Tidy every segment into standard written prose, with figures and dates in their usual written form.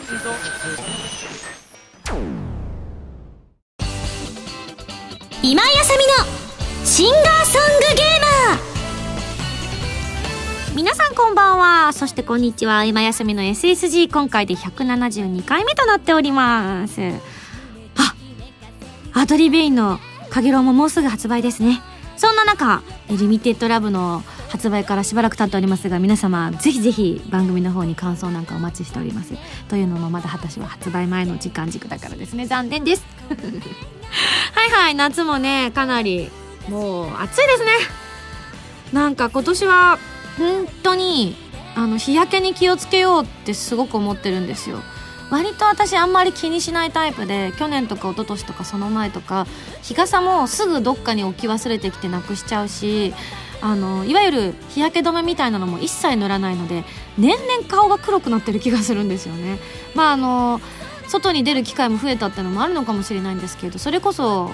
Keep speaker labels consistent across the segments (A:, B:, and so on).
A: 今井あさみのシンガーソングゲーマー。皆さんこんばんは、そしてこんにちは。今井あさみの SSG 今回で172回目となっております。アートリーベインのかげろうももうすぐ発売ですね。そんな中リミテッドラブの発売からしばらく経っておりますが、皆様ぜひぜひ番組の方に感想なんかお待ちしております。というのもまだ私は発売前の時間軸だからですね、残念ですはいはい、夏もねかなりもう暑いですね。なんか今年は本当に日焼けに気をつけようってすごく思ってるんですよ。割と私あんまり気にしないタイプで、去年とか一昨年とかその前とか日傘もすぐどっかに置き忘れてきてなくしちゃうし、いわゆる日焼け止めみたいなのも一切塗らないので、年々顔が黒くなってる気がするんですよね。外に出る機会も増えたってのもあるのかもしれないんですけど、それこそ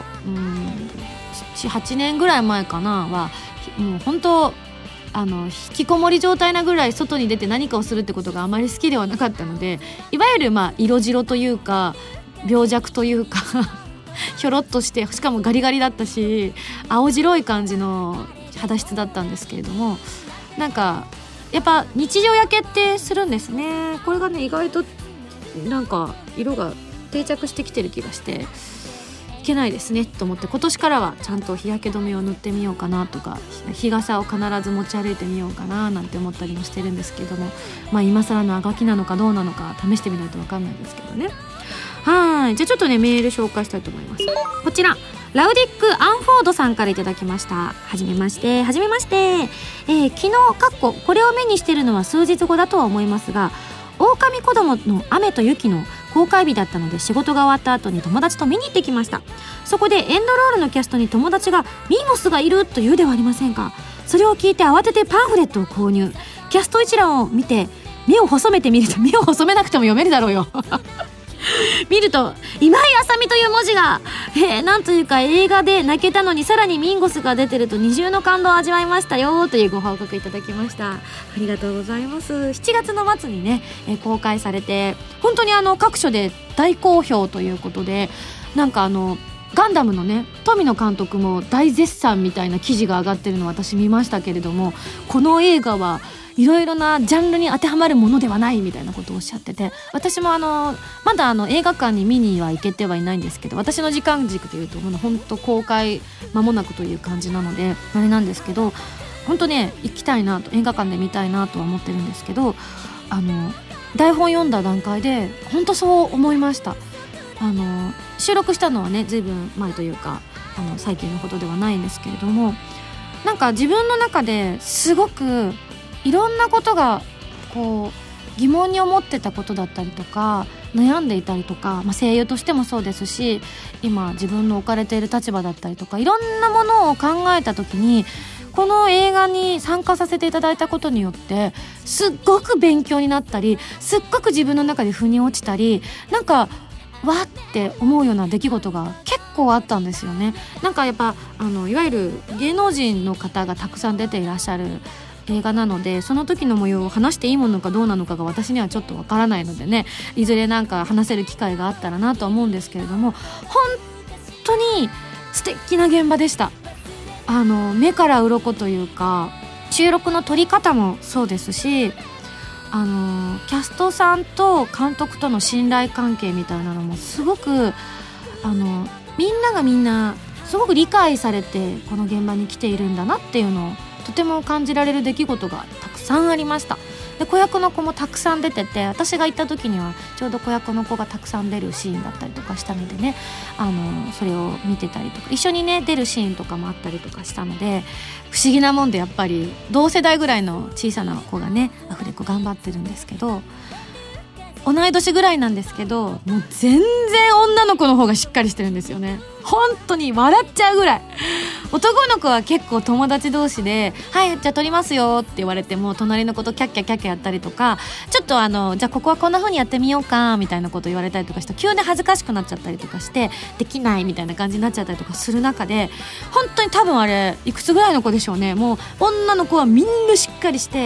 A: 8年ぐらい前かなはもう本当引きこもり状態なぐらい外に出て何かをするってことがあまり好きではなかったので、いわゆる色白というか病弱というかひょろっとして、しかもガリガリだったし青白い感じの肌質だったんですけれども、なんかやっぱ日常焼けってするんですね。これがね意外となんか色が定着してきてる気がしていけないですねと思って、今年からはちゃんと日焼け止めを塗ってみようかなとか、日傘を必ず持ち歩いてみようかななんて思ったりもしてるんですけども、今更のあがきなのかどうなのか試してみないと分かんないですけどね。はい、じゃあちょっとねメール紹介したいと思います。こちらラウディック・アンフォードさんからいただきました。はじめまして。昨日これを目にしてるのは数日後だとは思いますが、狼子供の雨と雪の公開日だったので、仕事が終わった後に友達と見に行ってきました。そこでエンドロールのキャストに友達がミンゴスがいると言うではありませんか。それを聞いて慌ててパンフレットを購入。キャスト一覧を見て目を細めてみると、目を細めなくても読めるだろうよ見ると今井あさみという文字が、なんというか映画で泣けたのにさらにミンゴスが出てると二重の感動を味わいましたよというご報告いただきました。ありがとうございます。7月の末にね、公開されて本当に各所で大好評ということで、なんかガンダムのね富野監督も大絶賛みたいな記事が上がってるのを私見ましたけれども、この映画はいろいろなジャンルに当てはまるものではないみたいなことをおっしゃってて、私もまだ映画館に見には行けてはいないんですけど、私の時間軸でいうと本当公開間もなくという感じなのであれなんですけど、本当ね行きたいなと、映画館で見たいなとは思ってるんですけど、台本読んだ段階で本当そう思いました。収録したのはねずいぶん前というか最近のことではないんですけれども、なんか自分の中ですごくいろんなことがこう疑問に思ってたことだったりとか悩んでいたりとか、声優としてもそうですし、今自分の置かれている立場だったりとか、いろんなものを考えた時にこの映画に参加させていただいたことによってすっごく勉強になったり、すっごく自分の中で腑に落ちたり、なんかわって思うような出来事が結構あったんですよね。なんかやっぱいわゆる芸能人の方がたくさん出ていらっしゃる映画なので、その時の模様を話していいものかどうなのかが私にはちょっとわからないのでね、いずれなんか話せる機会があったらなと思うんですけれども、本当に素敵な現場でした。目から鱗というか、収録の撮り方もそうですし、キャストさんと監督との信頼関係みたいなのもすごくみんながみんなすごく理解されてこの現場に来ているんだなっていうのをとても感じられる出来事がたくさんありました。で子役の子もたくさん出てて、私が行った時にはちょうど子役の子がたくさん出るシーンだったりとかしたのでね、それを見てたりとか、一緒にね出るシーンとかもあったりとかしたので、不思議なもんでやっぱり同世代ぐらいの小さな子がねアフレコ頑張ってるんですけど、同い年ぐらいなんですけど、もう全然女の子の方がしっかりしてるんですよね。本当に笑っちゃうぐらい。男の子は結構友達同士ではいじゃあ撮りますよって言われても隣の子とキャッキャキャッキャやったりとか、ちょっとじゃあここはこんな風にやってみようかみたいなこと言われたりとかして、急に恥ずかしくなっちゃったりとかしてできないみたいな感じになっちゃったりとかする中で、本当に多分あれいくつぐらいの子でしょうね、もう女の子はみんなしっかりして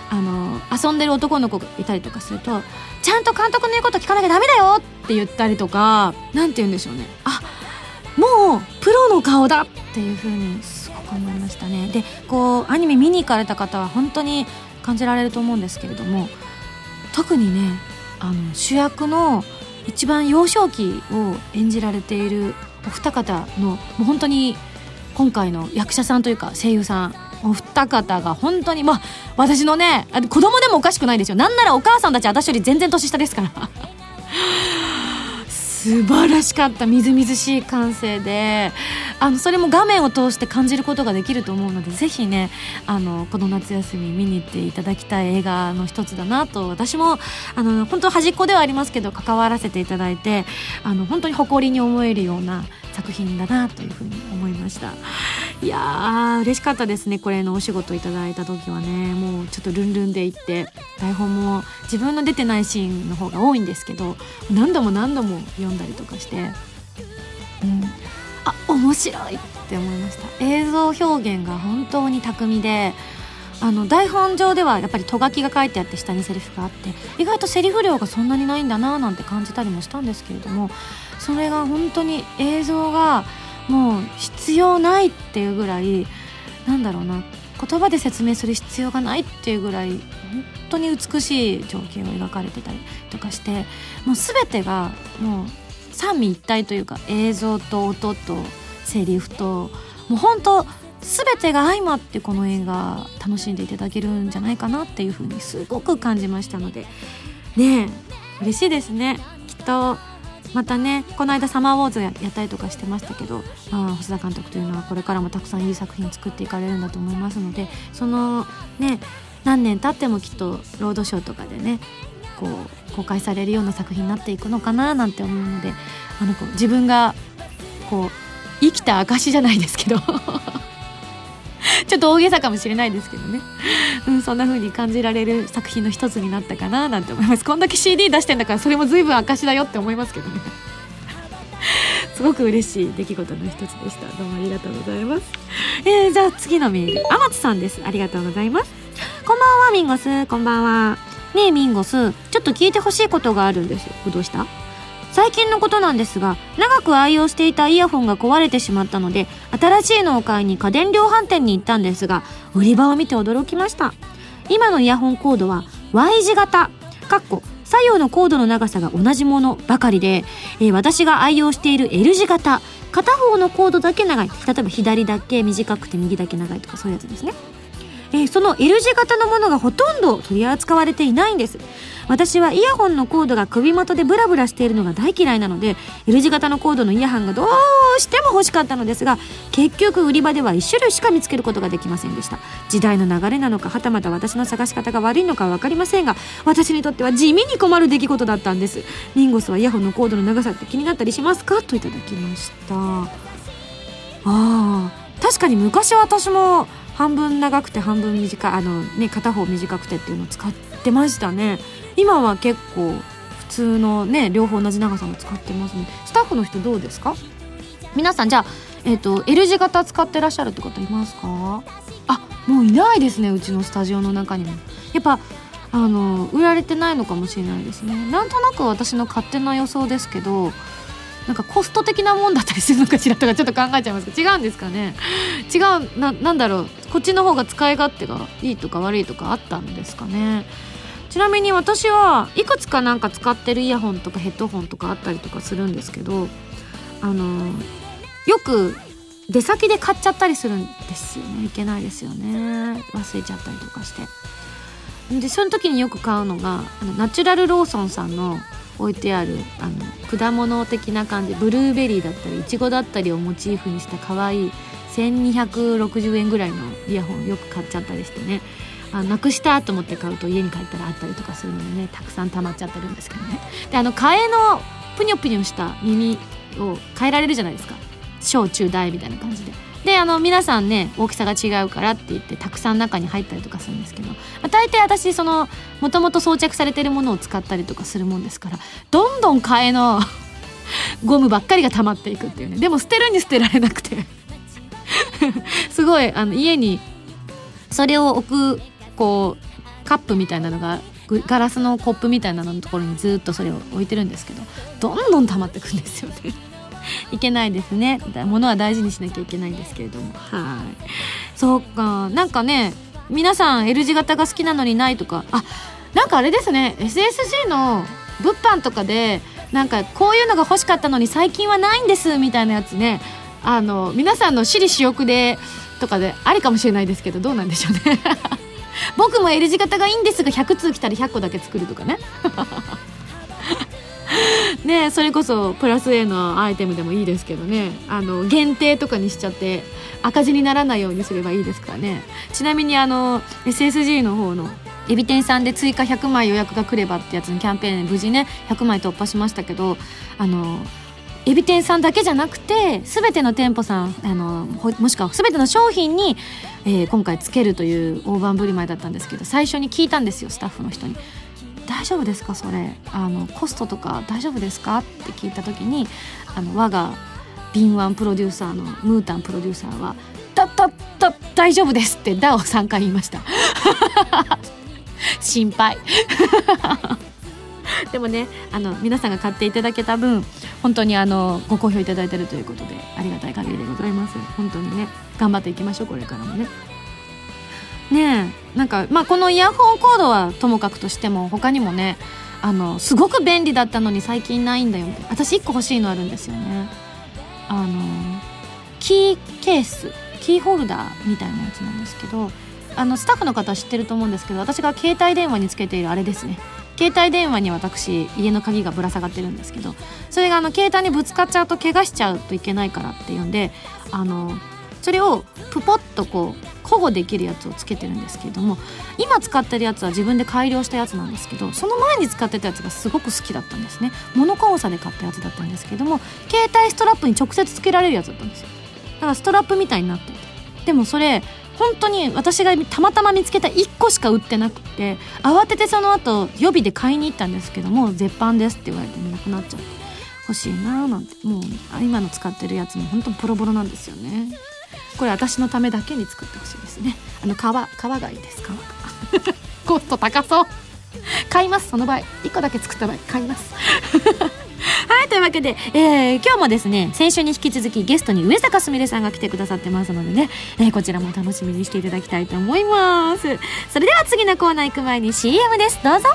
A: 遊んでる男の子がいたりとかすると、ちゃんと監督の言うこと聞かなきゃダメだよって言ったりとか、なんて言うんでしょうね、もうプロの顔だっていう風にすごく思いましたね。でこうアニメ見に行かれた方は本当に感じられると思うんですけれども、特にね主役の一番幼少期を演じられているお二方の、もう本当に今回の役者さんというか声優さんお二方が本当に私のね子供でもおかしくないですよ。なんならお母さんたち私より全然年下ですから素晴らしかった。みずみずしい感性でそれも画面を通して感じることができると思うので、ぜひねこの夏休み見に行っていただきたい映画の一つだなと、私も本当端っこではありますけど関わらせていただいて本当に誇りに思えるような作品だなというふうに思いました。いやー嬉しかったですね。これのお仕事いただいた時はね、もうちょっとルンルンで行って、台本も自分の出てないシーンの方が多いんですけど、何度も読んだりとかして、面白いって思いました。映像表現が本当に巧みで、台本上ではやっぱりとがきが書いてあって下にセリフがあって、意外とセリフ量がそんなにないんだななんて感じたりもしたんですけれども、それが本当に映像がもう必要ないっていうぐらい、なんだろうな、言葉で説明する必要がないっていうぐらい本当に美しい情景を描かれてたりとかして、もう全てがもう三位一体というか、映像と音とセリフともう本当全てが相まってこの映画楽しんでいただけるんじゃないかなっていう風にすごく感じましたのでね、嬉しいですね。きっとまたね、この間サマーウォーズ やったりとかしてましたけど、細田監督というのはこれからもたくさんいい作品作っていかれるんだと思いますので、そのね何年経ってもきっとロードショーとかでねこう公開されるような作品になっていくのかななんて思うので、自分がこう生きた証じゃないですけどちょっと大げさかもしれないですけどね、そんな風に感じられる作品の一つになったかななんて思います。こんだけ CD 出してんだからそれも随分証だよって思いますけどねすごく嬉しい出来事の一つでした。どうもありがとうございます。じゃあ次のメール、天津さんです。ありがとうございます。こんばんはミンゴス。こんばんは。ねえミンゴス、ちょっと聞いてほしいことがあるんですよ。どうした？最近のことなんですが、長く愛用していたイヤホンが壊れてしまったので、新しいのを買いに家電量販店に行ったんですが、売り場を見て驚きました。今のイヤホンコードは Y 字型左右のコードの長さが同じものばかりで、私が愛用している L 字型、片方のコードだけ長い、例えば左だけ短くて右だけ長いとかそういうやつですね。その L 字型のものがほとんど取り扱われていないんです。私はイヤホンのコードが首元でブラブラしているのが大嫌いなので、 L 字型のコードのイヤホンがどうしても欲しかったのですが、結局売り場では1種類しか見つけることができませんでした。時代の流れなのか、はたまた私の探し方が悪いのかは分かりませんが、私にとっては地味に困る出来事だったんです。ミンゴスはイヤホンのコードの長さって気になったりしますか？といただきました。確かに昔は私も半分長くて半分短い片方短くてっていうのを使ってましたね。今は結構普通のね両方同じ長さの使ってますね。スタッフの人どうですか？皆さんじゃあ、L 字型使ってらっしゃるって方いますか？もういないですね。うちのスタジオの中にもやっぱ売られてないのかもしれないですね。なんとなく私の勝手な予想ですけど、なんかコスト的なもんだったりするのかしらとかちょっと考えちゃいますけど、違うんですかね。なんだろう、こっちの方が使い勝手がいいとか悪いとかあったんですかね。ちなみに私はいくつかなんか使ってるイヤホンとかヘッドホンとかあったりとかするんですけど、よく出先で買っちゃったりするんですよね。いけないですよね。忘れちゃったりとかして。でその時によく買うのがナチュラルローソンさんの置いてある果物的な感じ、ブルーベリーだったりイチゴだったりをモチーフにした可愛い1260円ぐらいのイヤホンをよく買っちゃったりしてね、なくしたと思って買うと家に帰ったらあったりとかするのでね、たくさん溜まっちゃってるんですけどね。で替えのプニョプニョした耳を変えられるじゃないですか。小中大みたいな感じで。で皆さんね大きさが違うからって言ってたくさん中に入ったりとかするんですけど、大体私もともと装着されてるものを使ったりとかするもんですから、どんどん替えのゴムばっかりが溜まっていくっていうね。でも捨てるに捨てられなくてすごい家にそれを置くカップみたいなのがガラスのコップみたいなののところにずっとそれを置いてるんですけど、どんどん溜まってくんですよねいけないですね。物は大事にしなきゃいけないんですけれども、はい。そうか、なんかね、皆さん L 字型が好きなのにないとか、なんかあれですね、 SSG の物販とかでなんかこういうのが欲しかったのに最近はないんですみたいなやつね、皆さんの私利私欲でとかでありかもしれないですけど、どうなんでしょうね僕も L 字型がいいんですが100通来たら100個だけ作るとかねねえ、それこそプラス A のアイテムでもいいですけどね、限定とかにしちゃって赤字にならないようにすればいいですからね。ちなみにSSG の方のエビ天さんで追加100枚予約が来ればってやつのキャンペーン無事ね100枚突破しましたけど、エビ天さんだけじゃなくて全ての店舗さんもしくは全ての商品に、今回つけるという大盤振る舞いだったんですけど、最初に聞いたんですよ、スタッフの人に。大丈夫ですかそれ、コストとか大丈夫ですかって聞いた時に、我が敏腕プロデューサーのムータンプロデューサーは大丈夫ですってダを3回言いました心配でもね、皆さんが買っていただけた分本当にご好評いただいているということでありがたい限りでございます。本当にね、頑張っていきましょう、これからもね。ねえ、なんかこのイヤホンコードはともかくとしても、他にもねすごく便利だったのに最近ないんだよって、私1個欲しいのあるんですよね。キーケース、キーホルダーみたいなやつなんですけど、スタッフの方は知ってると思うんですけど、私が携帯電話につけているあれですね。携帯電話に私家の鍵がぶら下がってるんですけど、それが携帯にぶつかっちゃうと怪我しちゃうといけないからっていうんで、それをプポッとこう保護できるやつをつけてるんですけれども、今使ってるやつは自分で改良したやつなんですけど、その前に使ってたやつがすごく好きだったんですね。モノコンサで買ったやつだったんですけども、携帯ストラップに直接つけられるやつだったんですよ。だからストラップみたいになっていて、でもそれ本当に私がたまたま見つけた1個しか売ってなくて、慌ててその後予備で買いに行ったんですけども、絶版ですって言われてなくなっちゃって、欲しいなーなんて。もう今の使ってるやつも本当にボロボロなんですよね。これ私のためだけに作ってほしいですね。皮がいいです。皮がコスト高そう。買います。その場合1個だけ作った場合買いますはい、というわけで、今日もですね、先週に引き続きゲストに上坂すみれさんが来てくださってますのでね、こちらも楽しみにしていただきたいと思います。それでは次のコーナー行く前に CM です。どうぞ。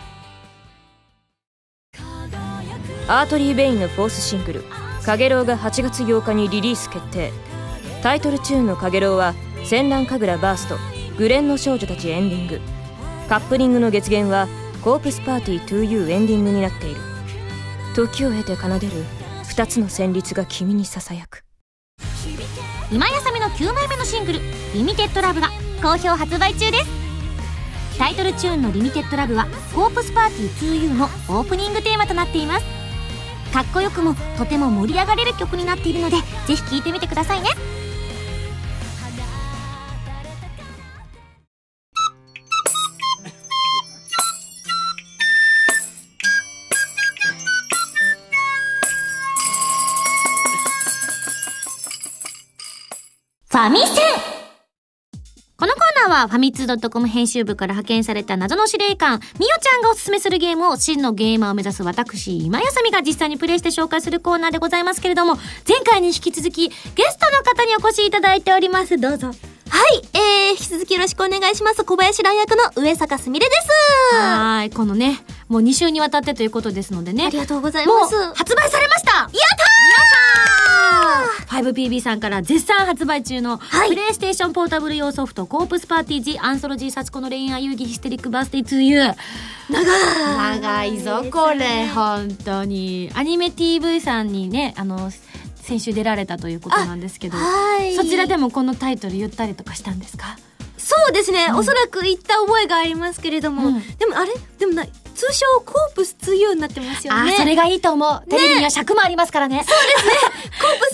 B: アートリー・ベインのフォースシングル「かげろう」が8月8日にリリース決定。タイトルチューンのかげろうは戦乱神楽バーストグレンの少女たちエンディング、カップリングの月限はコープスパーティー 2U エンディングになっている。時を経て奏でる2つの旋律が君にささやく。
C: 今やさみの9枚目のシングル「リミテッドラブ」が好評発売中です。タイトルチューンの「リミテッドラブ」はコープスパーティー 2U のオープニングテーマとなっています。かっこよくもとても盛り上がれる曲になっているので、ぜひ聴いてみてくださいね。ファミセン。このコーナーはファミツー .com 編集部から派遣された謎の司令官みよちゃんがおすすめするゲームを真のゲーマーを目指す私今やさみが実際にプレイして紹介するコーナーでございますけれども、前回に引き続きゲストの方にお越しいただいております。どうぞ。
D: はい、引き続きよろしくお願いします。小林蘭役の上坂すみれです。
A: はい、このね、もう2週にわたってということですのでね、
D: ありがとうございます。
A: もう発売されました。やったー 5PB さんから絶賛発売中の、プレイステーションポータブル用ソフトコープスパーティー The アンソロジー幸子の恋愛遊戯ヒステリックバースデー 2U。 長いぞこれ、本当にアニメ TV さんにね、先週出られたということなんですけど、そちらでもこのタイトル言ったりとかしたんですか？
D: そうですね、おそらく言った覚えがありますけれども、でも通称コープス 2U になってますよね。
A: それがいいと思う。テレビには尺もありますからね。
D: そうですね。コープス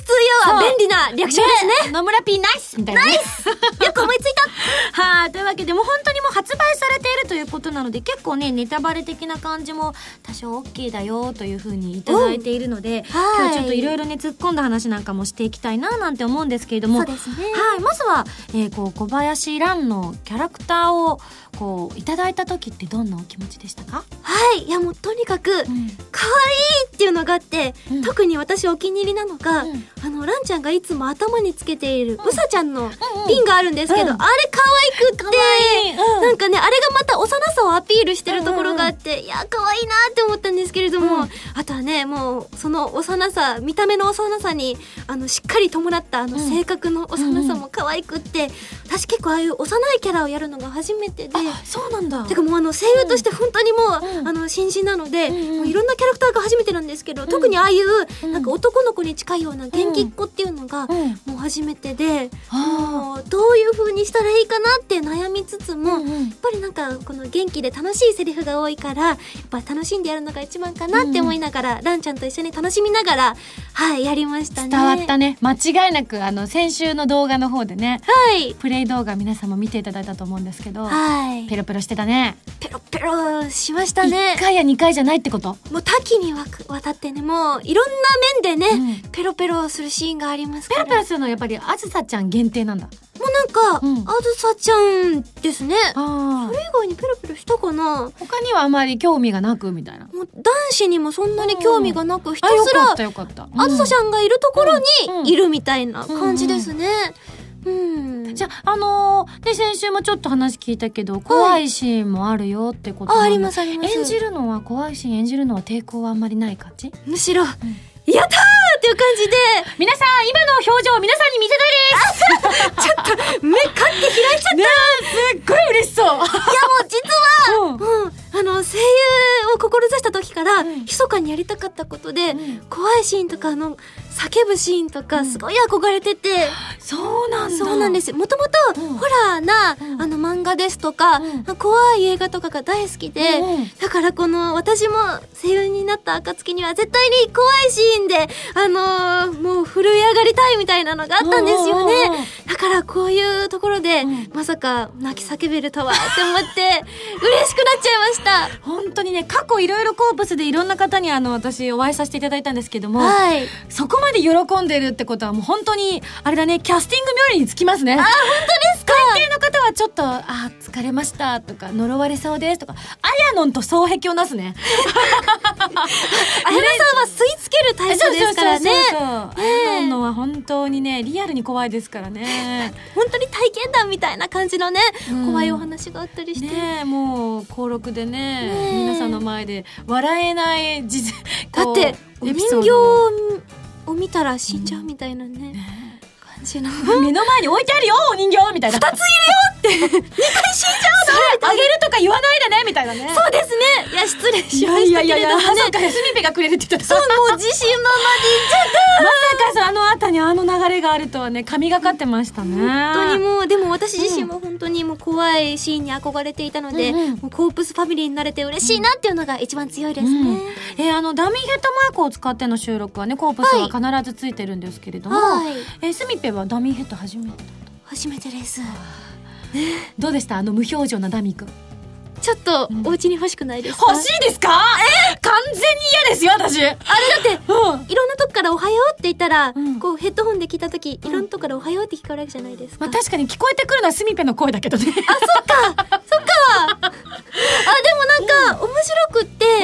D: 要は便利な略称ですね。
A: 野村 P ナイスみたいな、ね、
D: ナイスよく思いついた
A: はい、というわけでもう本当にもう発売されているということなので、結構ねネタバレ的な感じも多少 OK だよという風にいただいているので、今日ちょっといろいろね突っ込んだ話なんかもしていきたいななんて思うんですけれども、
D: そうですね。
A: はい、まずは、こう小林蘭のキャラクターをこういただいた時ってどんなお気持ちでしたか？
D: はい、いやもうとにかく可愛いっていうのがあって、特に私お気に入りなのが、ランちゃんがいつも頭につけているうさちゃんのピンがあるんですけど、あれ可愛くって、なんかねあれがまた幼さをアピールしてるところがあって、いや可愛いなって思ったんですけれども、あとはねもうその幼さ、見た目の幼さにしっかり伴った性格の幼さも可愛くって、私結構ああいう幼いキャラをやるのが初めてで、
A: そうなんだ。
D: てかもう声優として本当にもう、新人なので、もういろんなキャラクターが初めてなんですけど、特にああいうなんか男の子に近いような元気っ子っていうのがもう初めてで、もうどういう風にしたらいいかなって悩みつつも、やっぱりなんかこの元気で楽しいセリフが多いから、やっぱ楽しんでやるのが一番かなって思いながら、ランちゃんと一緒に楽しみながらやりましたね。
A: 伝わったね。間違いなく先週の動画の方でね、プレイ動画皆さんも見ていただいたと思うんですけど、ペロペロしてたね。
D: ペロペロしましたね。
A: 1回や2回じゃないってこと？
D: もう多岐にわたってね、もういろんな面でね、ペロペロするシーンがありますから。
A: ペロペロするのはやっぱりあずさちゃん限定なんだ。
D: もうなんか、あずさちゃんですね。それ以外にペロペロしたかな。
A: 他にはあまり興味がなくみたいな。
D: もう男子にもそんなに興味がなく、ひたすら
A: よかった。
D: あずさちゃんがいるところにいるみたいな感じですね。
A: じゃあで先週もちょっと話聞いたけど、怖いシーンもあるよってことなんだ。
D: ありますあります。
A: 演じるのは怖いシーン演じるのは抵抗はあんまりない感じ？
D: むしろ、やったーっていう感じで、
A: 皆さん今の表情皆さんに見せたいです。
D: ちょっと目カッて開いちゃった
A: ねえ、すっごい嬉しそう。いやもう
D: 実は、声優を志した時から、密かにやりたかったことで、怖いシーンとか叫ぶシーンとかすごい憧れてて、
A: そうなんだ。
D: そうなんですよ。もともとホラーな漫画ですとか、怖い映画とかが大好きで、だから私も声優になった暁には絶対に怖いシーンでもう震え上がりたいみたいなのがあったんですよね。だからこういうところで、まさか泣き叫べるとはって思って嬉しくなっちゃいました。
A: 本当にね、過去いろいろコープスでいろんな方に私お会いさせていただいたんですけども、そこまで喜んでるってことはもう本当にあれだね、キャスティング冥利につきますね。
D: 本当ですか？
A: 大抵の方はちょっと疲れましたとか呪われそうですとか、あやのんと双璧をなすね。
D: あやのさんは吸い付けるタイプですからね。
A: あやのんは本当にねリアルに怖いですからね。
D: 本当に体験談みたいな感じのね、怖いお話があったりして
A: ね、もう登録でね、皆さんの前で笑えない
D: だってお人形を見たら死んじゃうみたいなね、感じの
A: 目の前に置いてあるよお人形みたいな、
D: 2ついるよって2回死んじゃう
A: のあげるとか言わないでねみたいなね。
D: そうですね。いや失礼しましたけれどもね。
A: そうか、すみぺがくれるって言ったら、
D: そう、もう自信満々で言っちゃった。
A: まさかあの後に流れがあるとはね、神がかってましたね。
D: 本当にもう、でも私自身も本当にもう怖いシーンに憧れていたので、もうコープスファミリーになれて嬉しいなっていうのが一番強いですね。
A: ダミーヘッドマイクを使っての収録はね、コープスは必ずついてるんですけれども、すみぺはダミーヘッド初めてだった？
D: 初めてです。
A: どうでした無表情なダミーくん？
D: ちょっとお家に欲しくないですか？
A: 欲しいですか？完全に嫌ですよ私。あれだ
D: って、いろんなとこからおはようって言ったら、こうヘッドホンで聞いた時、いろんなとこからおはようって聞こえるわけじゃないですか。
A: まあ確かに聞こえてくるのはスミペの声だけどね。
D: そっかでもなんか面白くって、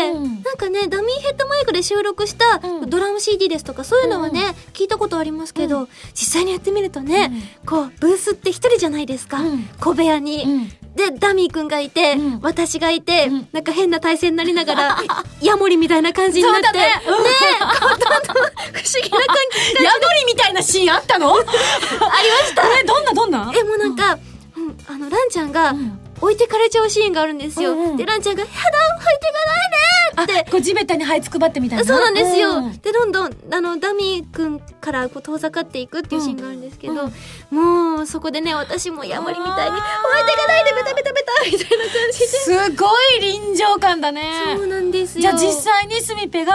D: なんかねダミーヘッドマイクで収録したドラム CD ですとかそういうのはね、聞いたことありますけど、実際にやってみるとね、こうブースって一人じゃないですか、小部屋に、でダミーくんがいて、私がいて、なんか変な体勢になりながらヤモリみたいな感じになって、ね不思議な感じ。
A: ヤモリみたいなシーンあったの？ありま
D: した。
A: どんな？
D: もうなんか、ランちゃんが置いてかれちゃうシーンがあるんですよ。でランちゃんがやだ置いてかないでって、
A: こう地べたに這いつくばってみたいな。
D: そうなんですよ。でどんどんダミーくんからこう遠ざかっていくっていうシーンがあるんですけど、もうそこでね私もヤモリみたいに置いてかないでベタベタベタみたいな感じで、
A: すごい臨場感だね。
D: そうなんですよ。
A: じゃあ実際にスミペが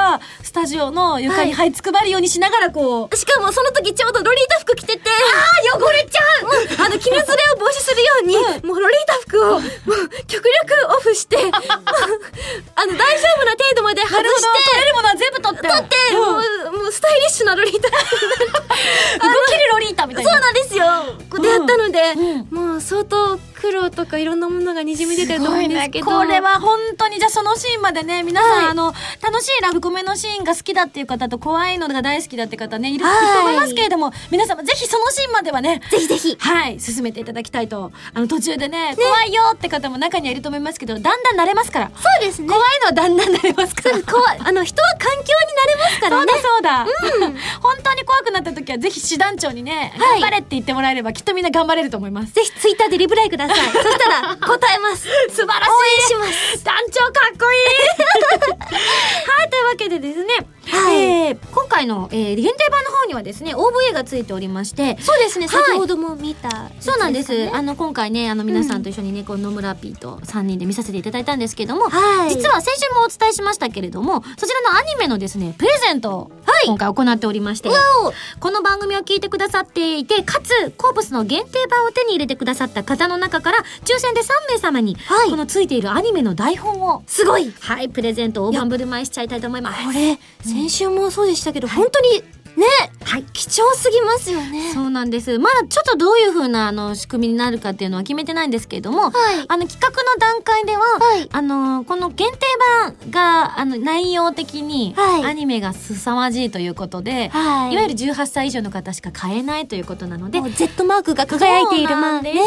A: スタジオの床に這いつくばるようにしながらこう、
D: しかもその時ちょうどロリータ服着てて、
A: 汚れちゃう
D: 絹ずれを防止するように、もうロリータ服をもう極力オフして大丈夫な程度まで外して、
A: 取れるものは全部取って
D: もうスタイリッシュなロリータ服
A: 動けるロリータみたいな。
D: そうなんですよ。でやったので、もう相当苦労とかいろんなものがにじみ出てると思うんですけど、
A: これは本当にじゃあそのシーンまでね、皆さん、楽しいラブコメのシーンが好きだっていう方と怖いのが大好きだって方ね、いると思いますけれども、皆様ぜひそのシーンまではね、
D: ぜひぜひ
A: 進めていただきたいと。途中でね、怖いよって方も中にはいると思いますけど、だんだん慣れますから。
D: そうですね。
A: 怖いのはだんだん慣れますから。
D: 人は環境に慣れますからね。
A: そうだ。本当に怖くなった時はぜひ師団長にね、頑張れって言ってもらえればきっとみんな頑張れると思います。
D: ぜひツイッターでリプライください。そしたら答えます。
A: 素晴らしい。
D: 応援します。
A: 団長かっこいい。はい、というわけでですね、今回の、限定版の方にはですね OVA がついておりまして、
D: そうですね、先ほども見た、
A: そうなんです。今回ね皆さんと一緒にね、こう野村 P と3人で見させていただいたんですけども、実は先週もお伝えしましたけれども、そちらのアニメのですねプレゼントを今回行っておりまして、この番組を聞いてくださっていて、かつコープスの限定版を手に入れてくださった方の中から抽選で3名様に、このついているアニメの台本を
D: すごい
A: プレゼントを大盤振る舞いしちゃいたいと思います。
D: これ、先週もそうでしたけど、本当にね、貴重すぎますよね。
A: そうなんです。まだちょっとどういう風な仕組みになるかっていうのは決めてないんですけれども、企画の段階では、この限定版が内容的にアニメが凄まじいということで、いわゆる18歳以上の方しか買えないということなので、
D: Z マークが輝いている
A: なんです。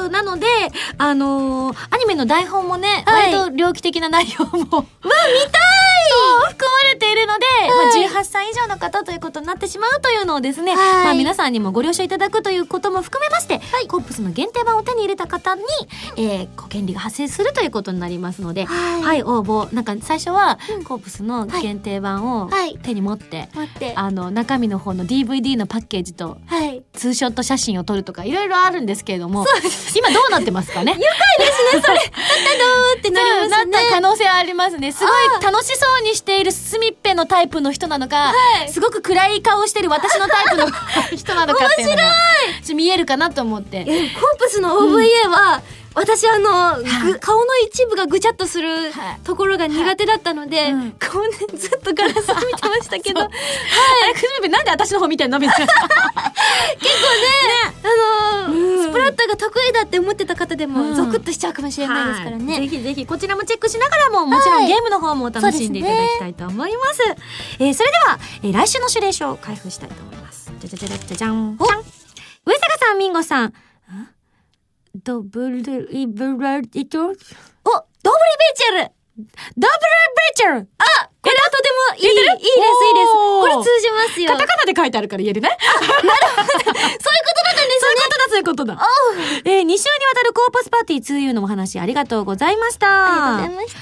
A: なのでアニメの台本もね、割と猟奇的な内容も見たい含まれているので、18歳以上の方ということになってしまうというのをですね、皆さんにもご了承いただくということも含めまして、コープスの限定版を手に入れた方に、ご権利が発生するということになりますので、応募なんか最初はコープスの限定版を手に持って、中身の方の DVD のパッケージとツーショット写真を撮るとかいろいろあるんですけれども、今どうなってますかね。愉快ですね、それ。だったどーってなりますね。なった可能性はありますね。すごい楽しそうにしているすみっぺのタイプの人なのか、すごく暗い顔してる私のタイプの人なのかっていうのが見えるかなと思って。
D: コープスの OVA は、私顔の一部がぐちゃっとするところが苦手だったので、顔ね、ずっとガラスを見てましたけど、
A: なんで私の方見てんのみたいな。結
D: 構ね、スプラッターが得意だって思ってた方でもゾクッとしちゃうかもしれないですからね。
A: ぜひぜひこちらもチェックしながらも、もちろんゲームの方も楽しんでいただきたいと思います。それでは、来週の指令書を開封したいと思います。じゃじゃじゃじゃじゃん。上坂さん、ミンゴさん。ドブルイブライト、
D: ドブリベチェル、
A: ダブルベチェル。
D: これ後でもいいです。これ通じますよ。
A: カタカナで書いてあるから言えるね。
D: なるほど。そういうことだったんですね。
A: そういうことだ。2週にわたるコープスパーティー 2U のお話ありがとうございました。
D: ありがとうございました。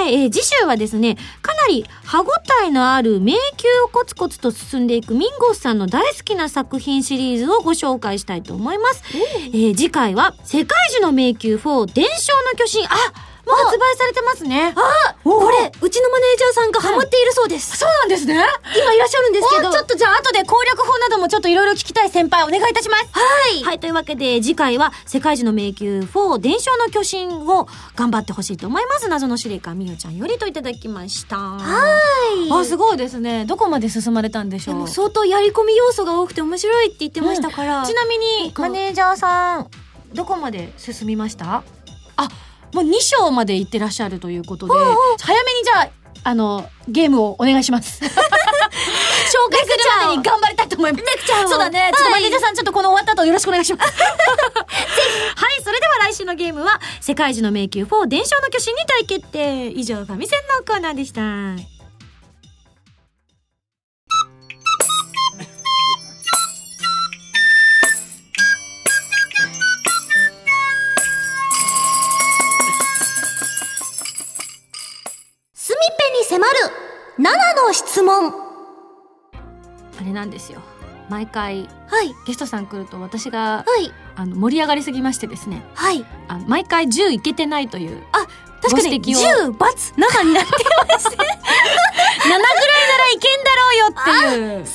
A: はい、次週はですね、かなり歯ごたえのある迷宮をコツコツと進んでいくミンゴスさんの大好きな作品シリーズをご紹介したいと思います。次回は世界樹の迷宮4伝承の巨神。もう発売されてますね。
D: これうちのマネージャーさんがハマっているそうです。
A: そうなんですね。
D: 今いらっしゃるんですけど、
A: ちょっとじゃあ後で攻略法などもちょっといろいろ聞きたい先輩お願いいたします。はい、というわけで次回は世界樹の迷宮4伝承の巨神を頑張ってほしいと思います。謎の司令官みよちゃんよりといただきました。すごいですね。どこまで進まれたんでしょう。
D: でも相当やり込み要素が多くて面白いって言ってましたから、
A: ちなみにマネージャーさんどこまで進みました？もう2章まで行ってらっしゃるということで、早めにじゃあゲームをお願いします。紹介するまでに頑張りたいと思います。そうだね。ちょっとマネージャーさん、ちょっとこの終わった後よろしくお願いします。はい、それでは来週のゲームは世界樹の迷宮4伝承の巨神に大決定。以上、ファミセンのコーナーでした。
D: 迫る7の質問。
A: あれなんですよ、毎回、ゲストさん来ると私が、盛り上がりすぎましてですね、毎回10いけてないという
D: 確かに10×7になってまして7ぐらいならいけ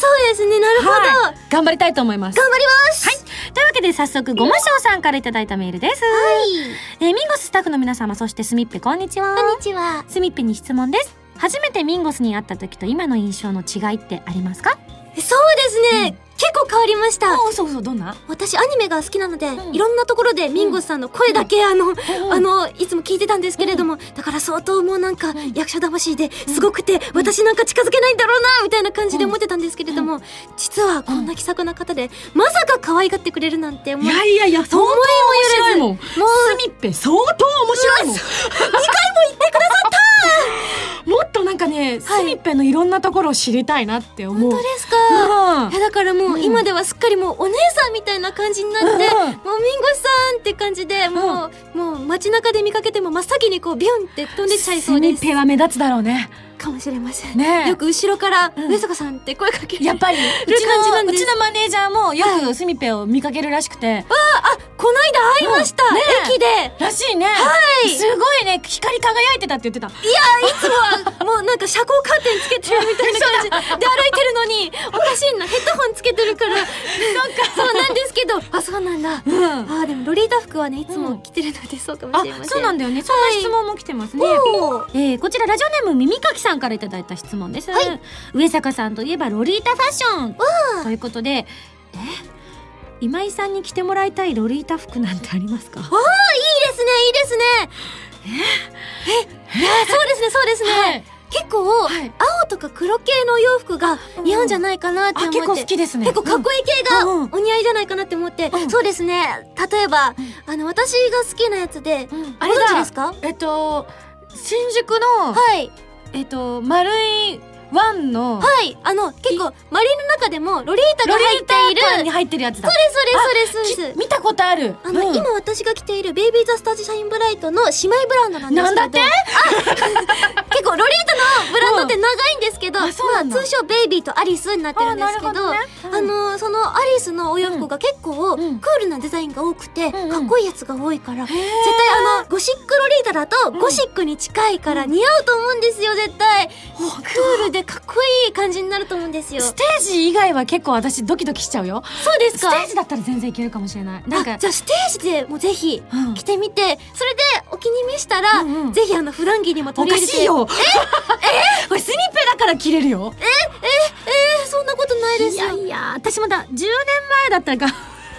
D: そうですね、なるほど。
A: はい、頑張りたいと思います。
D: 頑張ります。
A: はい。というわけで早速、ごましょうさんからいただいたメールです。
D: はい。
A: ミンゴススタッフの皆様、そしてスミッペ、こんにちは。
D: こんにちは。
A: スミッペに質問です。初めてミンゴスに会った時と今の印象の違いってありますか？
D: そうですね。結構変わりました。
A: そうそう、どんな？
D: 私アニメが好きなので、いろんなところでミンゴスさんの声だけいつも聞いてたんですけれども、だから相当もうなんか役者魂ですごくて、私なんか近づけないんだろうなみたいな感じで思ってたんですけれども、実はこんな気さくな方で、まさか可愛がってくれるなんて思い。
A: いや、相当面白いもん。もうスミッペ相当面白いもん。2回も言ってくださったもっとなんかね、スミッペのいろんなところを知りたいなって思う。
D: 本当ですか？だからもう今ではすっかりもうお姉さんみたいな感じになって、もうミンゴスさんって感じで、もう街中で見かけても真っ先にこうビュンって飛んでっちゃいそうです。
A: スミッペは目立つだろうね。
D: かもしれません
A: ね。
D: よく後ろから上坂さんって声かける。
A: やっぱりうちのマネージャーもよくスミッペを見かけるらしくて。
D: この間会いました。駅で。
A: らしいね。すごいね、光り輝いてたって言ってた。
D: いや、いつもはもうなんか遮光カーテンつけてるみたいな感じで歩いてるのに、おかしいな、ヘッドホンつけてるから。そうなんですけど、そうなんだ。でもロリータ服はね、いつも着てるのでそうかもしれません。
A: そうなんだよね。そんな質問も来てますね。こちらラジオネーム耳かきさんからいただいた質問です。上坂さんといえばロリータファッションということで、今井さんに着てもらいたいロリータ服なんてありますか？いい
D: ですね、いいですね。そうですね。結構、青とか黒系のお洋服が似合うんじゃないかなって思って。
A: 結構好きですね。
D: 結構かっこいい系がお似合いじゃないかなって思って。そうですね。例えば、私が好きなやつで、あれどっちですか？
A: 新宿の、丸いワンの、
D: 結構マリンの中でもロリータが入っている、
A: ロリータに入ってるやつだ。
D: そうです。
A: 見たことある。
D: 今私が着ているベイビーザスタジシャインブライトの姉妹ブランドなんですけど。
A: なんだって？
D: 結構ロリータのブランドって長いんですけど、通称ベイビーとアリスになってるんですけど、そのアリスのお洋服が結構クールなデザインが多くて、かっこいいやつが多いから、絶対ゴシックロリータだとゴシックに近いから似合うと思うんですよ、絶対。クールでかっこいい感じになると思うんですよ。
A: ステージ以外は結構私ドキドキしちゃうよ。
D: そうですか？
A: ステージだったら全然いけるかもしれない。
D: じゃあステージでもぜひ着てみて、それでお気に召したら、ぜひ普段着にも取り入れて。
A: おかしいよ。これスニッペだから着れるよ。
D: そんなことないですよ。
A: いや私も10年前だったらか。だ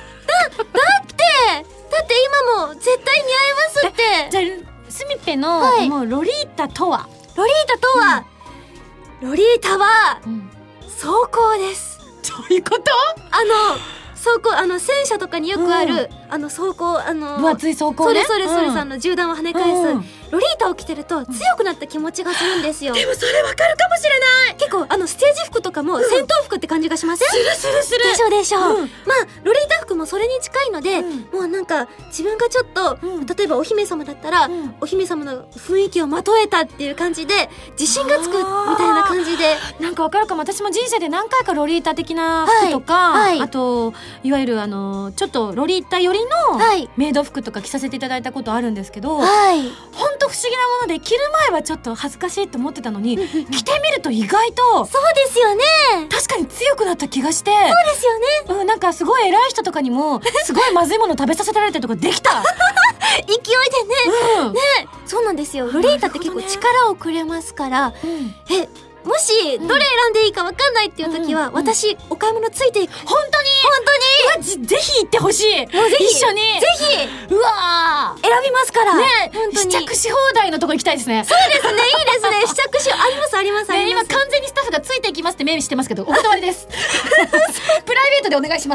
D: って今も絶対似合いますって。
A: じゃあスミッペの、もうロリータとは、
D: ロリータは装甲です。
A: どういうこと？
D: 装甲、戦車とかによくある、装甲、
A: 分厚い装甲ね。
D: そうです、銃弾を跳ね返す。ロリータを着てると強くなった気持ちがするんですよ。
A: でもそれわかるかもしれない。
D: 結構ステージ服とかも戦闘服って感じがしません？
A: する。
D: でしょ。まあロリータ服もそれに近いので、もうなんか自分がちょっと、例えばお姫様だったら、お姫様の雰囲気をまとえたっていう感じで自信がつくみたいな感じで。
A: なんかわかるかも。私も人生で何回かロリータ的な服とか、あといわゆるちょっとロリータ寄りのメイド服とか着させていただいたことあるんですけど、ほんと不思議なもので、着る前はちょっと恥ずかしいと思ってたのに着てみると意外と
D: そうですよね。
A: 確かに強くなった気がして。
D: そうですよね。
A: なんかすごい偉い人とかにもすごいまずいもの食べさせられたりとかできた。
D: 勢いでね。そうなんですよ。ロリータって結構力をくれますから、もしどれ選んでいいか分かんないっていう時は、私お買い物ついていく。
A: 本当にぜひ行ってほしい。
D: もうぜひ
A: 一緒に
D: ぜひ
A: うわ
D: 選びますから
A: ね。
D: 本当に
A: 試着し放題のとこ行きたいですね。
D: そうですね、いいですね。試着しあります。
A: 今完全にスタッフがついていきますってメールしてますけど、お断りです。プライベートでお願いします。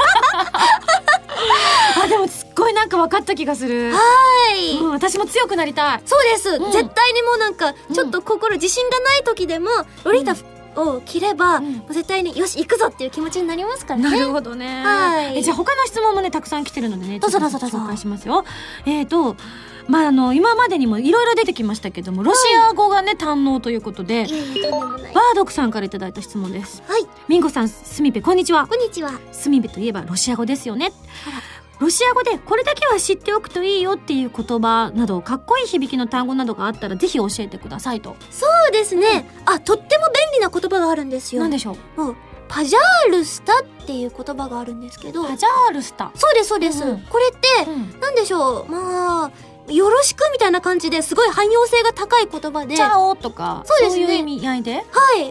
A: でもすっごいなんか分かった気がする。私も強くなりたい。
D: そうです、絶対にもうなんかちょっと自信がない時でもロリータを着れば、絶対によし行くぞっていう気持ちになりますからね。
A: なるほどね。じゃあ他の質問もねたくさん来てるのでね、ちょっと紹介しますよ。今までにもいろいろ出てきましたけども、ロシア語がね堪能ということで、バードクさんからいただいた質問です。ミンゴさん、スミペこんにちは。
D: こんにちは。
A: スミペといえばロシア語ですよね。ロシア語でこれだけは知っておくといいよっていう言葉など、かっこいい響きの単語などがあったらぜひ教えてくださいと。
D: そうですね。とっても便利な言葉があるんですよ。
A: 何でしょう？
D: パジャールスタっていう言葉があるんですけど。
A: パジャールスタ。
D: そうですそうです、これって、なんでしょう、まあよろしくみたいな感じですごい汎用性が高い言葉で、
A: チャオとか
D: そうですね、
A: そういう意味合いで、
D: はい、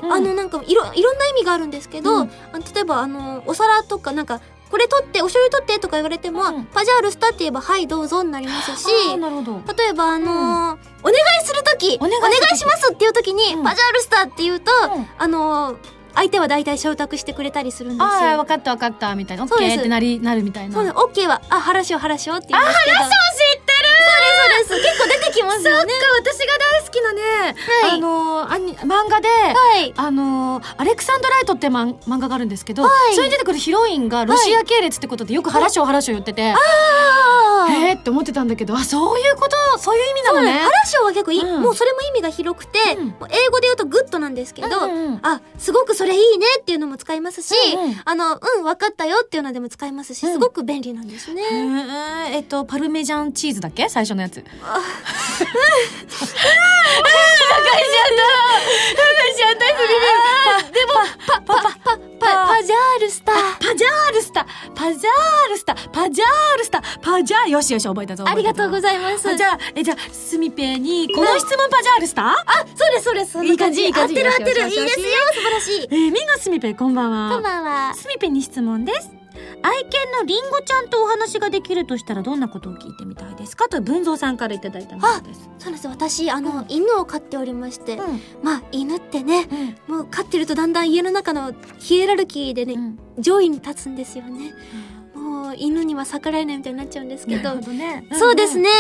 D: なんかいろんな意味があるんですけど、例えばお皿とかなんかこれ取ってお醤油取ってとか言われても、パジャールスタって言えばはいどうぞになりますし、
A: なるほど。
D: 例えばお願いするときお願いしますっていうときに、パジャールスタって言うと、相手は大体承諾してくれたりするんですよ。
A: ああ、分かった分かったみたいな、オッケーってなるみたいな。
D: そうです。オッケーは腹しようって言うんですけど。
A: 腹しよう知ってる。
D: そうです。結構出てきますよね。
A: そっか、私が大好きなね、漫画で、アレクサンドライトって漫画があるんですけど、それに出てくるヒロインがロシア系列ってことでよく腹しよう言ってて、って思ってたんだけど、そういうこと、そういう意味なのね。
D: 腹しようは結構もうそれも意味が広くて、英語で言うとグッドなんですけど、すごくそれいいねっていうのも使いますし、分かったよっていうのでも使いますし、すごく便利なんですね。
A: パルメジャンチーズだっけ、最初のやつ。バカしちゃったでも
D: パジャールスタ
A: よし覚えたぞ。
D: ありがとうございます。
A: じゃあスミペにこの質問パジャールスタ。
D: そうです。
A: いい感じ。
D: 合ってるいいですよ、素晴らしい。
A: ミンゴスミペ、こんばんは。
D: こんばんは。
A: スミペに質問です。愛犬のリンゴちゃんとお話ができるとしたらどんなことを聞いてみたいですか、と文蔵さんからいただいたものです。
D: そうです。私犬を飼っておりまして、まあ犬ってね、もう飼ってるとだんだん家の中のヒエラルキーでね、上位に立つんですよね。もう犬には逆らえないみたいになっちゃうんですけど、そうですね、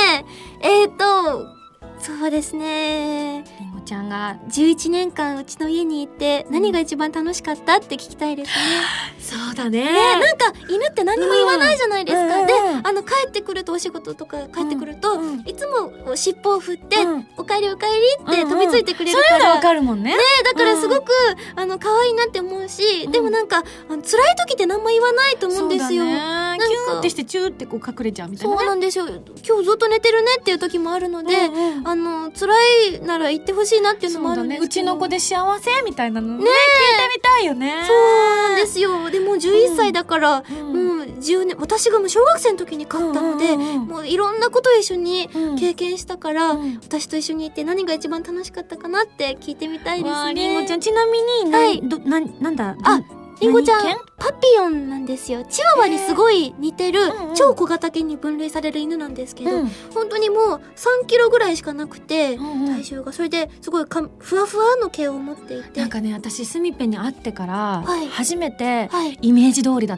D: そうですね、
A: リンゴちゃんが
D: 11年間うちの家にいて何が一番楽しかったって聞きたいですね。
A: そうだね。
D: なんか犬って何も言わないじゃないですか。で、帰ってくるとお仕事とか帰ってくると、いつも尻尾を振っておかえりおかえりって飛びついてくれるから、
A: そういうのわかるもんね。
D: だからすごく可愛いなって思うし、でもなんか辛い時って何も言わないと思うんですよ。
A: キューってしてチューってこう隠れちゃうみたいなね。
D: そうなんですよ。今日ずっと寝てるねっていう時もあるので、辛いなら言ってほしいなっていうのもあるんですけど、
A: うちの子で幸せみたいなのね、聞いてみたいよね。
D: そうなんですよ。でも11歳だから、もう10年、私がもう小学生の時に飼ったので、もういろんなことを一緒に経験したから、私と一緒にいて何が一番楽しかったかなって聞いてみたいですね。
A: リンゴちゃん、ちなみになんだ、
D: リンゴちゃんパピヨンなんですよ。チワワにすごい似てる超小型犬に分類される犬なんですけど、本当にもう3キロぐらいしかなくて、体重がそれですごいふわふわの毛を持っていて、
A: なんかね、私スミペに会ってから初めてイメージ通りだった。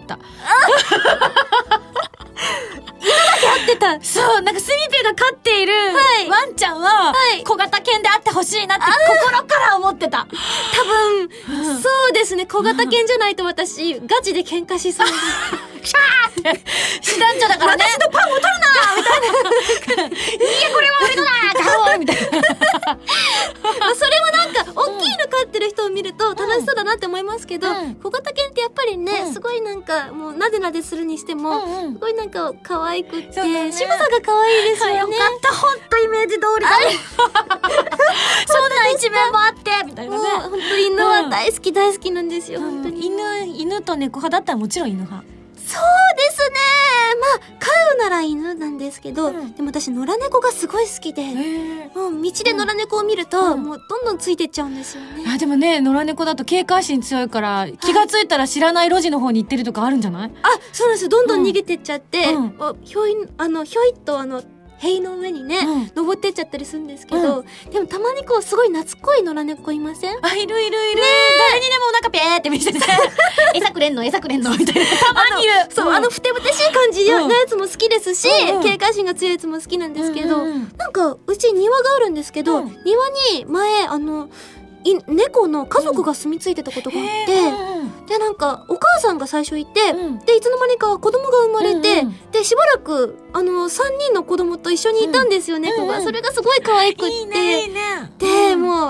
A: 合ってた。そう、なんかスミペが飼っているワンちゃんは小型犬であってほしいなって心から思ってた。
D: 多分、そうですね。小型犬じゃないと私ガチで喧嘩しそうで。
A: シャーって師団長だからね。私のパンを取るなみたいな。いや、これは俺のだガローみたいな。
D: それもなんか大きいの飼ってる人を見ると楽しそうだなって思いますけど、小型犬ってやっぱりね、すごいなんかもうなでなでするにしてもすごいなんか可愛くって仕草が可愛いですよね。
A: よかった、ほんとイメージ通りだ。そんな一面もあってみたいなね。
D: 本当に犬は大好きなんですよ。本当に
A: 犬と猫派だったらもちろん犬派。
D: そうですね。まあ飼うなら犬なんですけど、でも私野良猫がすごい好きで、もう道で野良猫を見ると、もうどんどんついてっちゃうんですよね。
A: でもね、野良猫だと警戒心強いから気がついたら知らない路地の方に行ってるとかあるんじゃない？
D: そうなんですよ。どんどん逃げてっちゃって、ひょいっと塀の上にね、登ってっちゃったりするんですけど、でもたまにこうすごい懐っこい野良猫いません？
A: いる。誰にでもなんかペーって見せて餌くれんのみたいな。たまにいる。
D: そう、ふてぶてしい感じのやつも好きですし、警戒心が強いやつも好きなんですけど、なんかうち庭があるんですけど、庭に前猫の家族が住み着いてたことがあって、でなんかお母さんが最初いて、でいつの間にか子供が生まれて、でしばらく3人の子供と一緒にいたんですよ、猫が。それがすごい可愛くって、でもう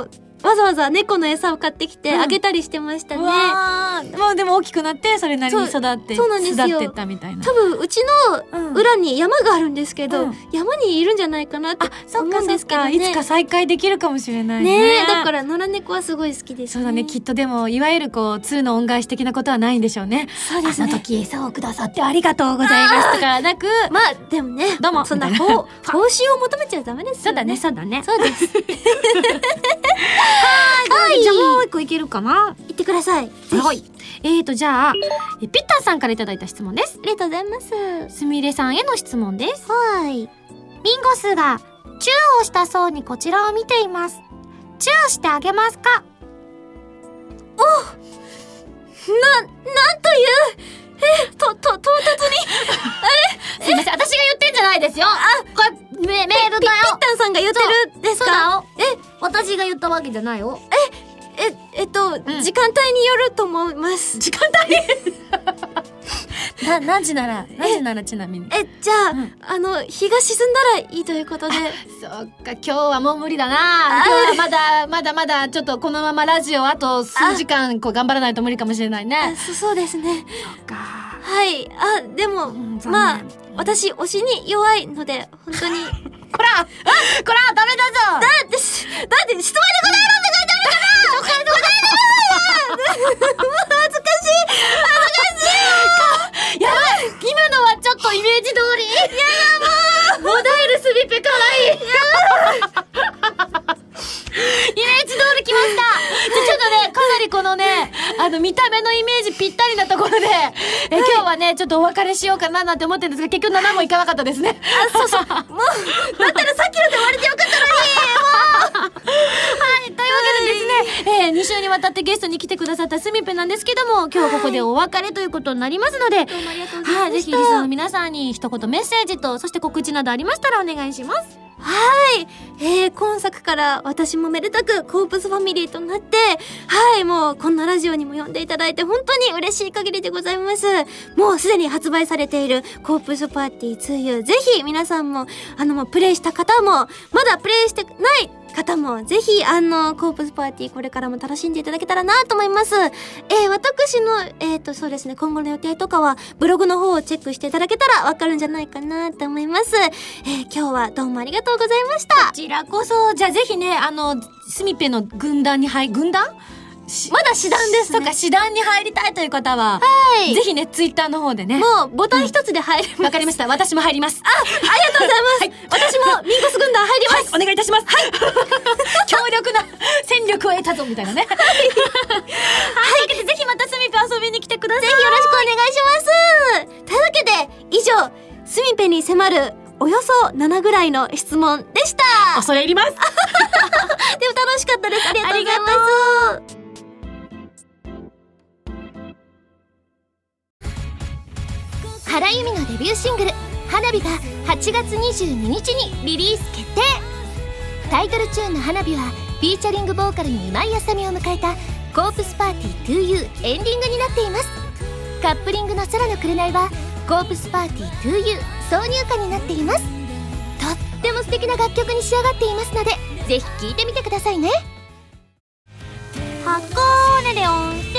D: わざわざ猫の餌を買ってきてあげたりしてましたね。
A: もうでも大きくなってそれなりに育って
D: そうなんですよ。
A: 巣立ってったみたいな。
D: 多分うちの裏に山があるんですけど、山にいるんじゃないかなって思うんですけどね。
A: いつか再会できるかもしれないね。
D: だから野良猫はすごい好きですね。
A: そうだね、きっとでもいわゆるこう2の恩返し的なことはないんでしょうね。
D: そうですね。
A: あの時餌をくださってありがとうございますとかなく、
D: まあでもね、
A: どうも
D: そんな報酬を求めちゃダメですよね。
A: そうだね。
D: そうです。
A: はい、じゃあもう一個いけるかな。
D: 言ってください。
A: はい。じゃあピッターさんからいただいた質問です。
D: ありがとうございます。
A: すみれさんへの質問です。
D: はい。
C: ミンゴスがチューをしたそうにこちらを見ています。チューしてあげますか？
D: なんという唐突に
C: すいません、私が言ってんじゃないですよ。これメールだよ。
D: ピッタンさんが言ってるんですか？
C: 私が言ったわけじゃないよ。
D: 時間帯によると思います。
A: 時間帯何時ならちなみに。
D: じゃあ、日が沈んだらいいということで。
A: そっか、今日はもう無理だな。今日はまだちょっとこのままラジオあと数時間こう頑張らないと無理かもしれないね。
D: そうですね。
A: そっか。
D: はい。でも、まあ、私推しに弱いので、本当に。
A: こらダメだぞ。
D: だって質問で答えろって書いてあるから。答えろよ。恥ずかしい。
A: やばい、今のはちょっとイメージ通り。いやもうモダイルスビペかわいい。イメージ通りきました。ちょっとね、かなりこのね、見た目のイメージぴったりなところで、今日はね、ちょっとお別れしようかななんて思ってるんですが、結局7もいかなかったですね。
D: そう。もう、だったらさっきので終われてよかったのに。もう。
A: はい、というわけでですね、2週にわたってゲストに来てくださったすみぺなんですけども、今日はここでお別れということになりますので、
D: どうもありがとうございました。
A: はい、ぜひリスナーの皆さんに一言メッセージと、そして告知などありましたらお願いします。
D: はい。今作から私もめでたくコープスファミリーとなって、はい、もうこんなラジオにも呼んでいただいて本当に嬉しい限りでございます。もうすでに発売されているコープスパーティー 2U、ぜひ皆さんも、もうプレイした方も、まだプレイしてない方も、ぜひ、コープスパーティーこれからも楽しんでいただけたらなと思います。私の、そうですね、今後の予定とかは、ブログの方をチェックしていただけたらわかるんじゃないかなと思います。今日はどうもありがとうございました。
A: こちらこそ、じゃあぜひね、すみぺの軍団に軍団
D: まだ師団ですね。
A: そうか、師団に入りたいという方は、
D: はい。
A: ぜひね、ツイッターの方でね。
D: もう、ボタン一つで入れます。
A: わかりました。私も入ります。
D: ありがとうございます。私も、ミンゴス軍団入ります。
A: お願いいたします。はい。強力な戦力を得たぞ、みたいなね。はい。というわけで、ぜひまたすみぺ遊びに来てください。
D: ぜひよろしくお願いします。というわけで、以上、すみぺに迫る、およそ7ぐらいの質問でした。
A: 恐れ入ります。
D: でも楽しかったです。ありがとうございます。
C: 原由美のデビューシングル「花火」が8月22日にリリース決定。タイトルチューンの「花火」はフィーチャリングボーカルに今井あさみを迎えたコープスパーティー 2U エンディングになっています。カップリングの空の紅はコープスパーティー 2U 挿入歌になっています。とっても素敵な楽曲に仕上がっていますので、ぜひ聴いてみてくださいね。
D: 箱根で温泉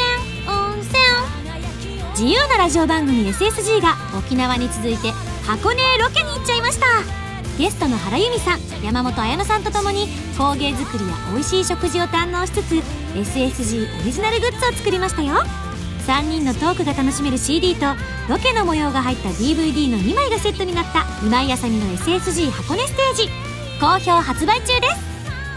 A: 自由なラジオ番組 SSG が沖縄に続いて箱根へロケに行っちゃいました。ゲストの原由美さん、山本彩乃さんとともに工芸作りや美味しい食事を堪能しつつ SSG オリジナルグッズを作りましたよ。3人のトークが楽しめる CD とロケの模様が入った DVD の2枚がセットになった今井あさみの SSG 箱根ステージ、好評発売中です。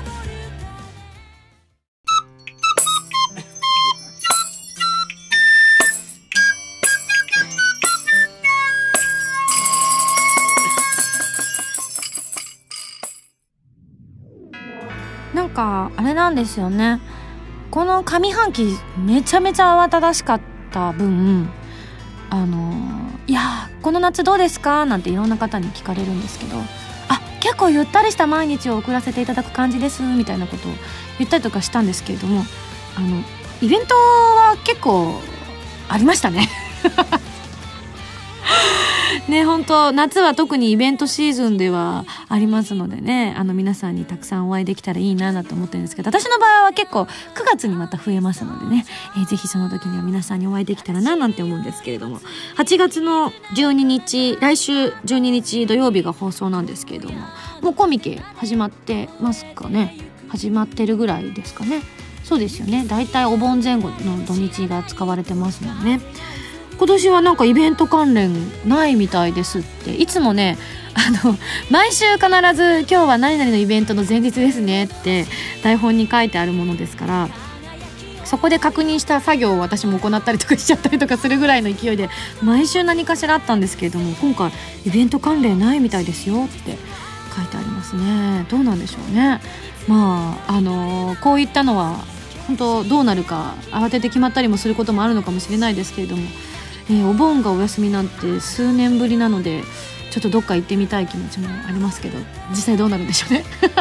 A: なんかあれなんですよね、この上半期めちゃめちゃ慌ただしかった分、いやこの夏どうですかなんていろんな方に聞かれるんですけど、結構ゆったりした毎日を送らせていただく感じですみたいなことを言ったりとかしたんですけれども、イベントは結構ありましたねね、本当夏は特にイベントシーズンではありますのでね、皆さんにたくさんお会いできたらいいなと思ってるんですけど、私の場合は結構9月にまた増えますのでね、ぜひその時には皆さんにお会いできたらななんて思うんですけれども、8月の12日、来週12日土曜日が放送なんですけれども、もうコミケ始まってますかね。始まってるぐらいですかね。そうですよね。だいたいお盆前後の土日が使われてますもんね。今年はなんかイベント関連ないみたいですって。いつもね、毎週必ず今日は何々のイベントの前日ですねって台本に書いてあるものですから、そこで確認した作業を私も行ったりとかしちゃったりとかするぐらいの勢いで毎週何かしらあったんですけれども、今回イベント関連ないみたいですよって書いてありますね。どうなんでしょうね。まあこういったのは本当どうなるか慌てて決まったりもすることもあるのかもしれないですけれども、お盆がお休みなんて数年ぶりなのでちょっとどっか行ってみたい気持ちもありますけど、実際どうなるんでしょうね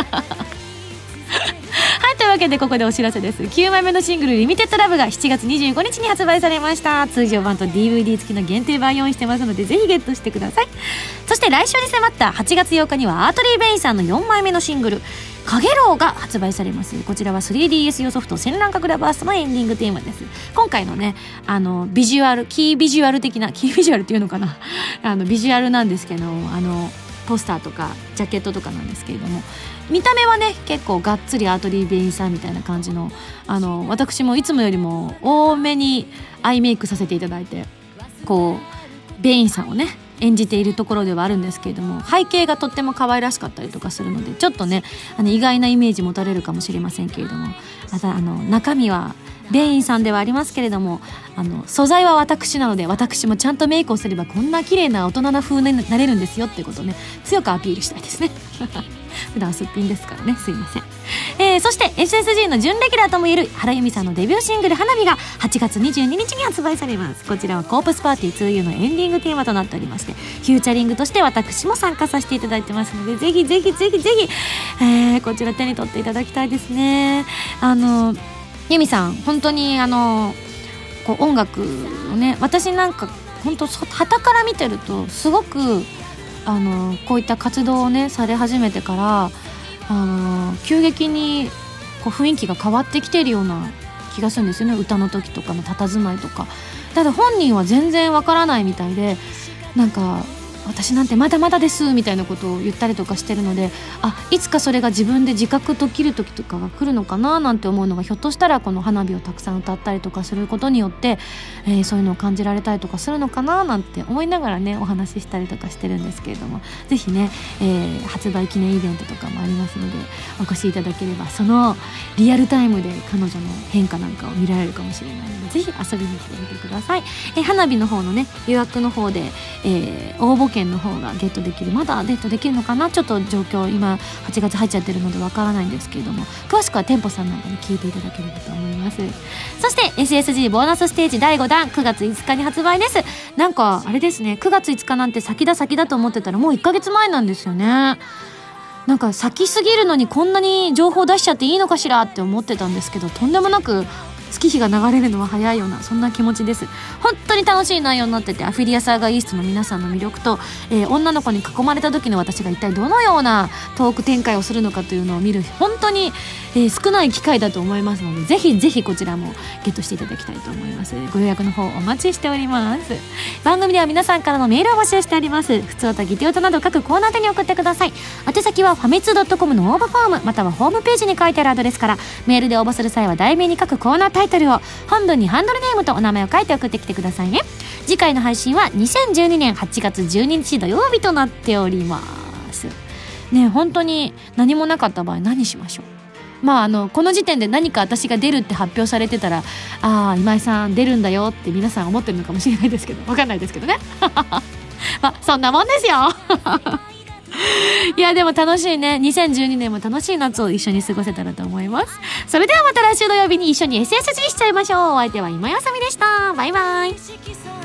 A: はい、というわけでここでお知らせです。9枚目のシングルリミテッドラブが7月25日に発売されました。通常版と DVD 付きの限定版用意してますのでぜひゲットしてください。そして来週に迫った8月8日にはアートリー・ベイさんの4枚目のシングルかげろうが発売されます。こちらは 3DS 用ソフト戦乱神楽バーストのエンディングテーマです。今回のねビジュアルキービジュアル的なキービジュアルっていうのかなビジュアルなんですけど、ポスターとかジャケットとかなんですけれども、見た目はね結構がっつりアートリー・ベイさんみたいな感じの私もいつもよりも多めにアイメイクさせていただいて、こうベインさんをね演じているところではあるんですけれども、背景がとっても可愛らしかったりとかするのでちょっとね意外なイメージ持たれるかもしれませんけれども、また中身はベインさんではありますけれども、素材は私なので私もちゃんとメイクをすればこんな綺麗な大人な風になれるんですよっていうことをね強くアピールしたいですね普段すっぴんですからね、すいません。そして SSG の準レギュラーともいえる原由美さんのデビューシングル花火が8月22日に発売されます。こちらはコープスパーティー 2U のエンディングテーマとなっておりまして、フューチャリングとして私も参加させていただいてますのでぜひぜひぜひぜひ、こちら手に取っていただきたいですね。由美さん本当にこう音楽をね、私なんか本当旗から見てるとすごくこういった活動をねされ始めてから急激にこう雰囲気が変わってきているような気がするんですよね。歌の時とかの佇まいとか。ただ本人は全然わからないみたいで、なんか私なんてまだまだですみたいなことを言ったりとかしてるので、いつかそれが自分で自覚ときる時とかが来るのかななんて思うのが、ひょっとしたらこの花火をたくさん歌ったりとかすることによって、そういうのを感じられたりとかするのかななんて思いながらねお話ししたりとかしてるんですけれども、ぜひね、発売記念イベントとかもありますのでお越しいただければ、そのリアルタイムで彼女の変化なんかを見られるかもしれないのでぜひ遊びに来てみてください。花火の方のね予約の方で、応募券の方がゲットできる、まだゲットできるのかな、ちょっと状況今8月入っちゃってるのでわからないんですけれども、詳しくは店舗さんなんかに聞いていただければと思います。そして SSG ボーナスステージ第5弾9月5日に発売です。なんかあれですね、9月5日なんて先だと思ってたらもう1ヶ月前なんですよね。なんか先すぎるのにこんなに情報出しちゃっていいのかしらって思ってたんですけど、とんでもなく月日が流れるのは早いようなそんな気持ちです。本当に楽しい内容になってて、アフィリアサーガイーストの皆さんの魅力と、女の子に囲まれた時の私が一体どのようなトーク展開をするのかというのを見る本当に、少ない機会だと思いますので、ぜひぜひこちらもゲットしていただきたいと思います。ご予約の方お待ちしております。番組では皆さんからのメールを募集しております。ふつおたぎておたなど各コーナー宛に送ってください。宛先はファミツー .com の応募フォームまたはホームページに書いてあるアドレスから、メールで応募する際は題名に書くコーナータイトルを、本文にハンドルネームとお名前を書いて送ってきてくださいね。次回の配信は2012年8月12日土曜日となっておりますね。本当に何もなかった場合何しましょう。この時点で何か私が出るって発表されてたら、今井さん出るんだよって皆さん思ってるのかもしれないですけど、わかんないですけどねそんなもんですよいやでも楽しいね。2012年も楽しい夏を一緒に過ごせたらと思います。それではまた来週土曜日に一緒に SSG しちゃいましょう。お相手は今やさみでした。バイバイ。